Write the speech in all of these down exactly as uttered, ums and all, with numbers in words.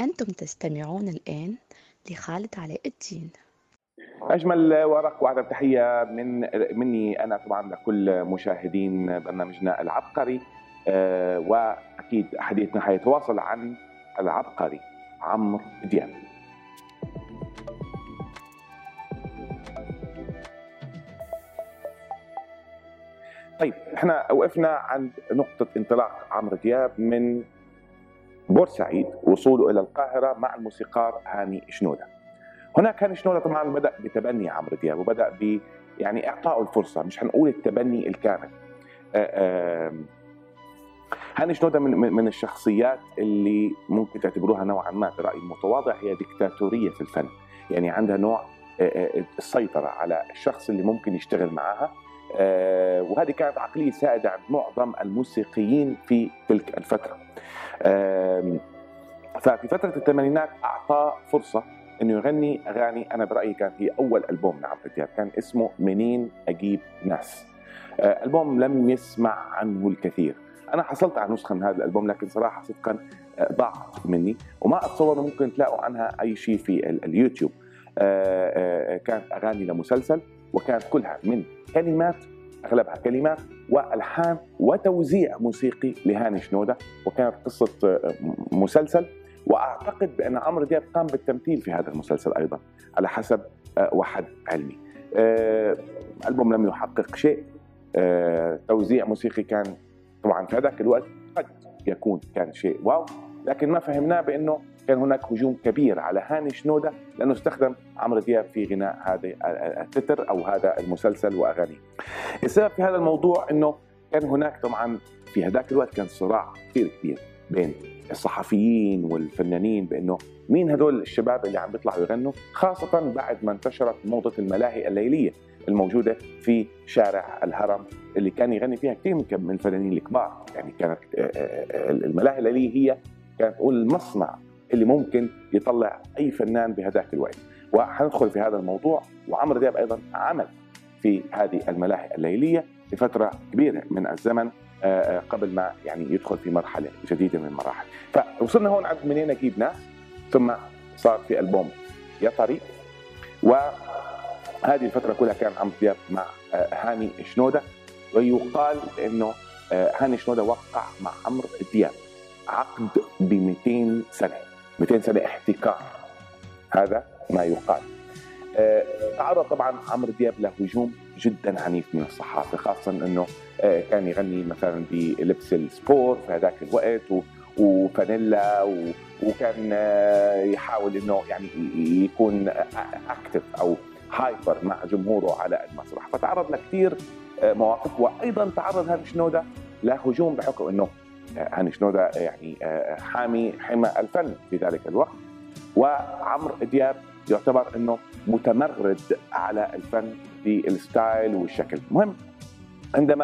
أنتم تستمعون الآن لخالد علاء الدين. أجمل ورق وأعظم تحية من مني أنا طبعا لكل مشاهدين برنامجنا العبقري. آه، وأكيد حديثنا حيتواصل عن العبقري عمرو دياب. طيب احنا وقفنا عند نقطة انطلاق عمرو دياب من بورسعيد، وصوله إلى القاهرة مع الموسيقار هاني شنودة. هناك هاني شنودة طبعا بدأ بتبني عمرو دياب، وبدأ ب يعني إعطائه الفرصة، مش هنقول التبني الكامل. آه، آه، هاني شنودة من من الشخصيات اللي ممكن تعتبروها نوعا ما برأيي المتواضع هي ديكتاتورية في الفن، يعني عندها نوع السيطرة على الشخص اللي ممكن يشتغل معها. وهذه كانت عقلية سائدة عند معظم الموسيقيين في تلك الفترة. ففي فترة الثمانينات أعطاه فرصة إنه يغني أغاني أنا برأيي كانت هي أول ألبوم لعمرو دياب، كان اسمه منين أجيب ناس. ألبوم لم يسمع عنه الكثير، أنا حصلت على نسخة من هذا الألبوم لكن صراحة صدقا ضاعت مني، وما أتصور ممكن تلاقوا عنها أي شيء في اليوتيوب. كانت أغاني لمسلسل، وكانت كلها من كلمات، أغلبها كلمات وألحان وتوزيع موسيقي لهاني شنودة، وكانت قصة مسلسل. وأعتقد بأن عمرو دياب قام بالتمثيل في هذا المسلسل أيضا على حسب وحد علمي. ألبوم لم يحقق شيء، توزيع موسيقي كان طبعا في هذاك الوقت قد يكون كان شيء واو، لكن ما فهمناه بأنه كان هناك هجوم كبير على هاني شنودة لأنه استخدم عمرو دياب في غناء هذا التتر أو هذا المسلسل وأغانيه. السبب في هذا الموضوع أنه كان هناك طبعا في هذاك الوقت كان صراع كثير كبير بين الصحفيين والفنانين بأنه مين هدول الشباب اللي عم بيطلعوا يغنوا، خاصة بعد ما انتشرت موضة الملاهي الليلية الموجودة في شارع الهرم اللي كان يغني فيها كثير من الفنانين الكبار. يعني كانت الملاهي الليلية هي كانت المصنع اللي ممكن يطلع أي فنان بهذاك الوقت، وحندخل في هذا الموضوع. وعمرو دياب أيضا عمل في هذه الملاهي الليلية لفترة كبيرة من الزمن قبل ما يعني يدخل في مرحلة جديدة من المراحل. فوصلنا هون عند منين أجيب ناس، ثم صار في ألبوم يا طريق، وهذه الفترة كلها كان عمرو دياب مع هاني شنودة. ويقال إنه هاني شنودة وقع مع عمرو دياب عقد ب مئتين سنة، مئتين سنة احتكار، هذا ما يقال. تعرض طبعا عمرو دياب لهجوم جدا عنيف من الصحافه، خاصه انه كان يغني مثلا بلبس السبور في هذاك الوقت وفانيلا، وكان يحاول انه يعني يكون اكتف او هايبر مع جمهوره على المسرح، فتعرض لكثير مواقف. وايضا تعرض هاني شنودة لهجوم بحكم انه هاني شنودة يعني حامي حمى الفن في ذلك الوقت، وعمرو دياب يعتبر انه متمرد على الفن بالستايل والشكل. المهم عندما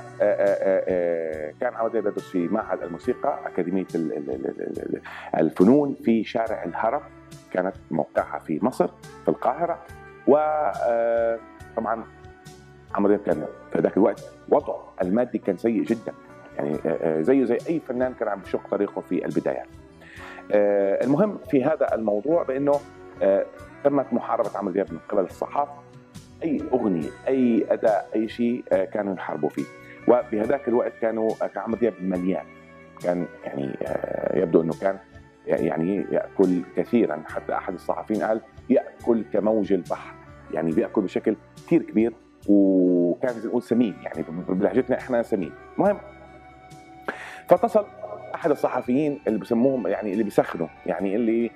كان عمرو دياب يدرس في معهد الموسيقى أكاديمية الفنون في شارع الهرم، كانت موقعها في مصر في القاهرة. وطبعا عمرو دياب كان في ذاك الوقت وضعه المادي كان سيء جدا، يعني زيه زي أي فنان كان عم يشق طريقه في البدايات. المهم في هذا الموضوع بأنه تمت محاربة عمرو دياب من قبل الصحافة، أي أغنية أي أداء أي شيء كانوا يحاربوا فيه. وبهذاك الوقت كانوا عمرو دياب مليان، كان يعني يبدو أنه كان يعني يأكل كثيرا، حتى أحد الصحفيين قال يأكل كموج البحر، يعني بيأكل بشكل كثير كبير، وكان زي نقول سمين، يعني بلهجتنا إحنا سمين. المهم فاتصل أحد الصحفيين اللي بسموهم يعني اللي بيسخنوا، يعني اللي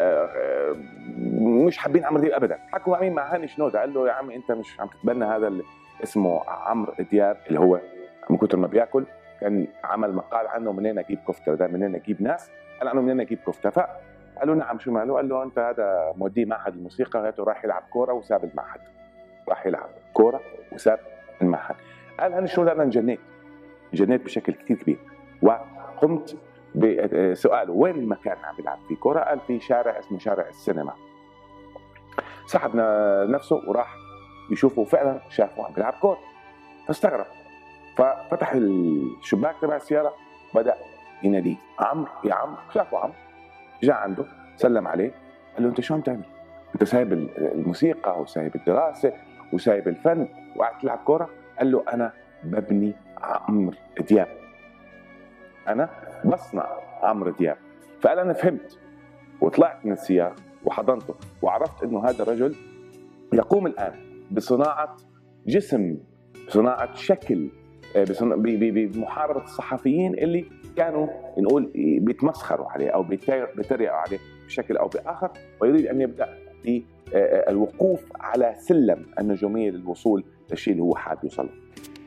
مش حابين عمرو دياب ابدا، حكوا مع مين؟ مع هاني شنودة. قال له يا عمي انت مش عم تتبنى هذا اللي اسمه عمرو دياب اللي هو من كثر ما بياكل كان عمل مقال عنه منين اجيب كفته، ده منين اجيب ناس، قال عنه منين اجيب كفته. فقالوا نعم شو ماله؟ قال له انت هذا موديه معهد الموسيقى، هاته راح يلعب كوره وساب المعهد، راح يلعب كوره وساب المعهد. قال هاني شنودة انا انجنيت، انجنيت بشكل كثير كبير، وقمت بسؤاله وين المكان عم بيلعب فيه كوره؟ قال في شارع اسمه شارع السينما. سحب نفسه وراح يشوفه، فعلا شافه عم بيلعب كوره، فاستغرب، ففتح الشباك تبع السياره، بدا يناديه عمرو يا عمرو، شافه عمرو، جاء عنده سلم عليه، قال له انت شو عم تعمل؟ انت سايب الموسيقى وسايب الدراسه وسايب الفن وقاعد تلعب كوره؟ قال له انا ببني عمرو دياب، انا بصنع عمرو دياب. فقال انا فهمت، وطلعت من السيارة وحضنته وعرفت انه هذا الرجل يقوم الان بصناعه جسم، بصناعه شكل، بمحاربه الصحفيين اللي كانوا نقول بيتمسخروا عليه او بيتريقوا عليه بشكل او باخر، ويريد ان يبدا بالوقوف على سلم النجوميه للوصول للشيء اللي هو حابب يوصل له.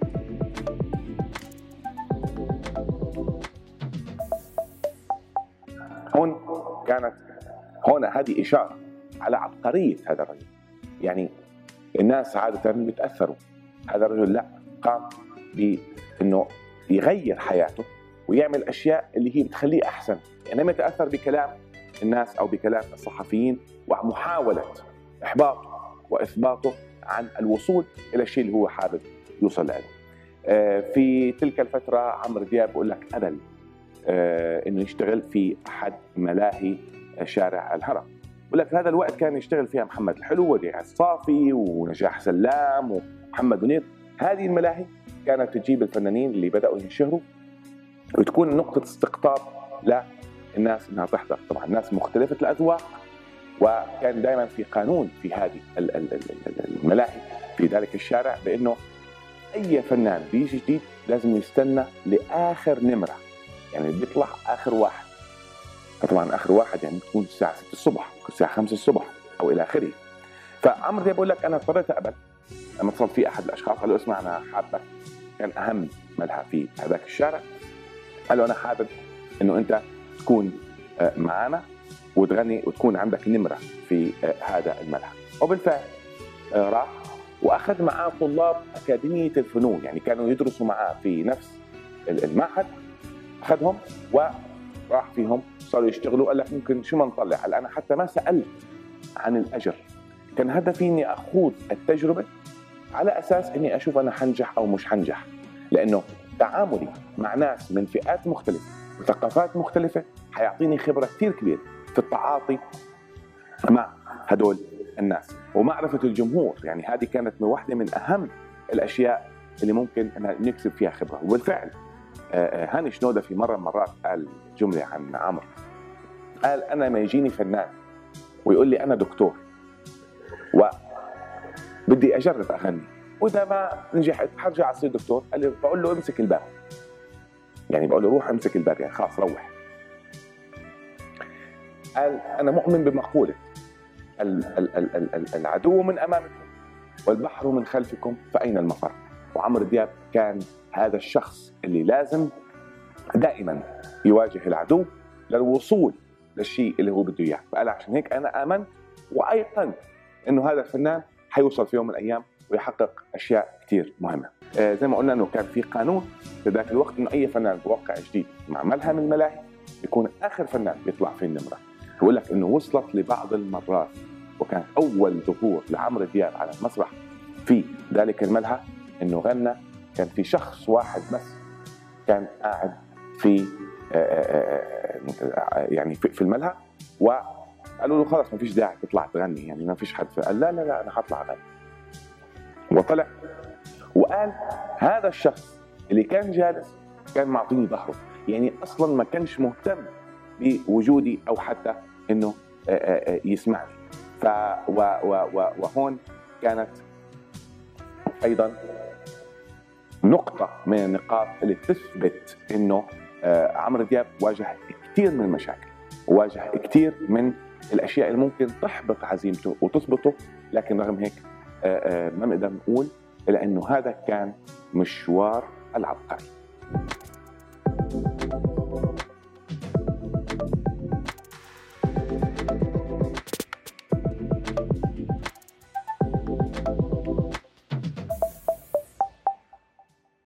هون كانت هون هذه اشاره على عبقريه هذا الرجل. يعني الناس عاده بيتاثروا، هذا الرجل لا، قام بانه يغير حياته ويعمل اشياء اللي هي بتخليه احسن، يعني ما يتاثر بكلام الناس او بكلام الصحفيين ومحاوله احباطه واثباطه عن الوصول الى الشيء اللي هو حابب يوصل له. في تلك الفتره عمرو دياب بقول لك قبل انه يشتغل في احد ملاهي شارع الهرم. بقول لك في هذا الوقت كان يشتغل فيها محمد الحلو وديع الصافي ونجاح سلام ومحمد منير. هذه الملاهي كانت تجيب الفنانين اللي بداوا ينشهروا وتكون نقطه استقطاب للناس انها تحضر. طبعا الناس مختلفه الاذواق، وكان دائما في قانون في هذه الملاهي في ذلك الشارع بانه اي فنان بيجي جديد لازم يستنى لاخر نمره، يعني بيطلع اخر واحد. طبعا اخر واحد يعني بتكون الساعه ستة الصبح، الساعه خمسة الصبح او الى اخره. فعمرو دياب بقول لك انا اضطريت اقبل لما اتصل في احد الاشخاص قال له اسمع انا حابك، كان اهم ملهى في هذاك الشارع، قال له انا حابب انه انت تكون معنا وتغني وتكون عندك نمره في هذا الملهى. وبالفعل راح واخذ معاه طلاب اكاديميه الفنون، يعني كانوا يدرسوا معاه في نفس المعهد، اخذهم وراح فيهم صاروا يشتغلوا. قال لك ممكن شو ما نطلع، قال انا حتى ما سالت عن الاجر، كان هدفي اني اخوض التجربه على اساس اني اشوف انا حنجح او مش حنجح، لانه تعاملي مع ناس من فئات مختلفه وثقافات مختلفه حيعطيني خبره كثير كبيره في التعاطي مع هدول الناس ومعرفه الجمهور. يعني هذه كانت من واحده من اهم الاشياء اللي ممكن انها نكسب فيها خبره. وبالفعل هاني شنودة في مره من المرات قال جمله عن عمرو، قال انا ما يجيني فنان ويقول لي انا دكتور وبدي اجرب اغني واذا ما نجحت حرجع اصير دكتور، قال لي بقول له امسك الباب، يعني بقول له روح امسك الباب، يعني خلاص روح. قال انا مؤمن بمقوله العدو من امامكم والبحر من خلفكم فاين المفر. وعمرو دياب كان هذا الشخص اللي لازم دائما يواجه العدو للوصول للشيء اللي هو بده اياه. فقال عشان هيك انا امنت وايقنت انه هذا الفنان حيوصل في يوم من الايام ويحقق اشياء كثير مهمه. آه زي ما قلنا انه كان في قانون في ذاك الوقت انه اي فنان بوقع جديد مع ملهى من الملاهي بيكون اخر فنان بيطلع في النمره. بقول لك انه وصلت لبعض المرات وكان اول ظهور لعمرو دياب على المسرح في ذلك الملهى انه غنى، كان في شخص واحد بس كان قاعد في يعني في الملهى، وقالوا له خلاص ما فيش داعي تطلع تغني، يعني ما فيش حد. قال لا لا لا انا هطلع اغني. وطلع وقال هذا الشخص اللي كان جالس كان معطيني ظهره، يعني اصلا ما كانش مهتم بوجودي او حتى انه يسمعني. ف وهون كانت ايضا نقطة من النقاط اللي تثبت انه عمرو دياب واجه كثير من المشاكل، واجه كثير من الاشياء اللي ممكن تحبط عزيمته وتثبطه، لكن رغم هيك ما نقدر نقول الا انه هذا كان مشوار العبقري.